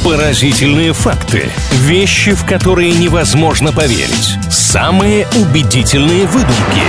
Поразительные факты. Вещи, в которые невозможно поверить. Самые убедительные выдумки.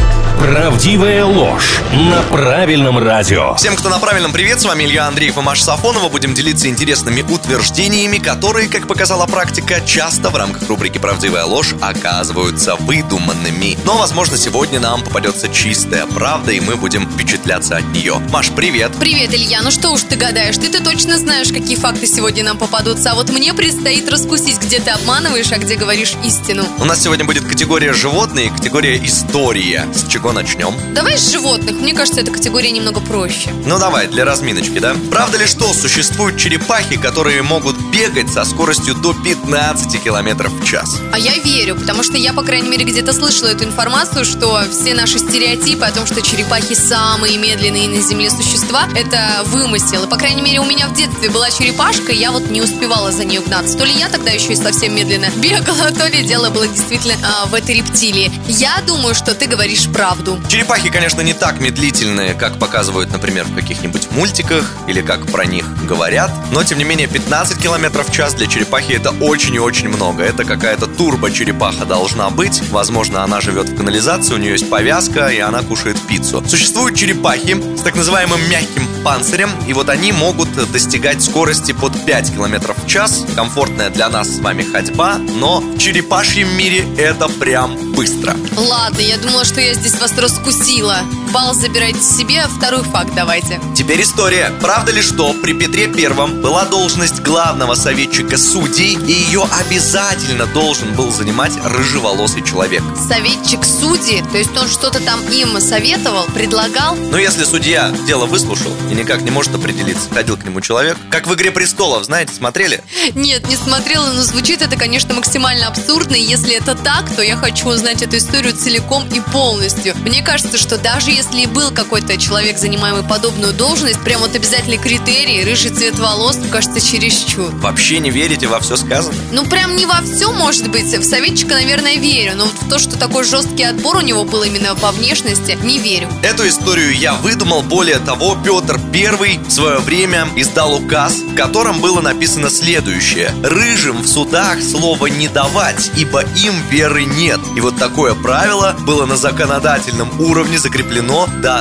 Правдивая ложь на правильном радио. Всем, кто на правильном, привет, с вами Илья Андреев и Маша Сафонова. Будем делиться интересными утверждениями, которые, как показала практика, часто в рамках рубрики «Правдивая ложь» оказываются выдуманными. Но, возможно, сегодня нам попадется чистая правда, и мы будем впечатляться от нее. Маш, привет. Привет, Илья. Ну что уж ты гадаешь, ты точно знаешь, какие факты сегодня нам попадутся. А вот мне предстоит раскусить, где ты обманываешь, а где говоришь истину. У нас сегодня будет категория «Животные» и категория «История». С чего начнем? Давай с животных. Мне кажется, эта категория немного проще. Ну давай, для разминочки, да? Правда ли, что существуют черепахи, которые могут бегать со скоростью до 15 км в час? А я верю, потому что я, по крайней мере, где-то слышала эту информацию, что все наши стереотипы о том, что черепахи самые медленные на Земле существа, это вымысел. И, по крайней мере, у меня в детстве была черепашка, и я вот не успевала за нее гнаться. То ли я тогда еще и совсем медленно бегала, то ли дело было действительно в этой рептилии. Я думаю, что ты говоришь правду. Черепахи, конечно, не так медлительные, как показывают, например, в каких-нибудь мультиках или как про них говорят, но, тем не менее, 15 км в час для черепахи это очень и очень много. Это какая-то турбо-черепаха должна быть. Возможно, она живет в канализации, у нее есть повязка, и она кушает пиццу. Существуют черепахи с так называемым мягким панцирем, и вот они могут достигать скорости под 5 км в час. Комфортная для нас с вами ходьба, но в черепашьем мире это прям быстро. Ладно, я думала, что я здесь вас раскусила. Балл забирайте себе, второй факт давайте. Теперь история. Правда ли, что при Петре Первом была должность главного советчика судей, и ее обязательно должен был занимать рыжеволосый человек? Советчик судей? То есть он что-то там им советовал, предлагал? Ну, если судья дело выслушал и никак не может определиться, ходил к нему человек. Как в «Игре престолов», знаете, смотрели? Нет, не смотрела, но звучит это, конечно, максимально абсурдно. И если это так, то я хочу узнать эту историю целиком и полностью. Мне кажется, что даже если и был какой-то человек, занимаемый подобную должность, прям вот обязательный критерий, рыжий цвет волос, кажется, чересчур. Вообще не верите во все сказанное? Ну, прям не во все, может быть. В советчика, наверное, верю. Но вот в то, что такой жесткий отбор у него был именно по внешности, не верю. Эту историю я выдумал. Более того, Петр I в свое время издал указ, в котором было написано следующее: рыжим в судах слово не давать, ибо им веры нет. И вот такое правило было на законодательном уровне закреплено до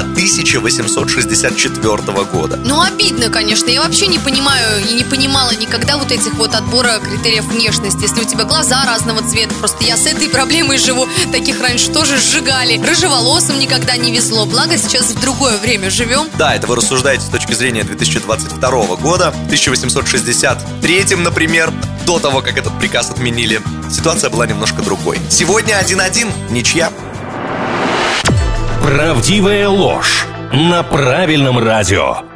1864 года. Ну, обидно, конечно. Я вообще не понимаю и не понимала никогда вот этих вот отбора критериев внешности. Если у тебя глаза разного цвета, просто я с этой проблемой живу. Таких раньше тоже сжигали. Рыжеволосым никогда не везло. Благо, сейчас в другое время живем. Да, это вы рассуждаете с точки зрения 2022 года. В 1863, например, до того, как этот приказ отменили, ситуация была немножко другой. Сегодня 1-1, ничья. Правдивая ложь на правильном радио.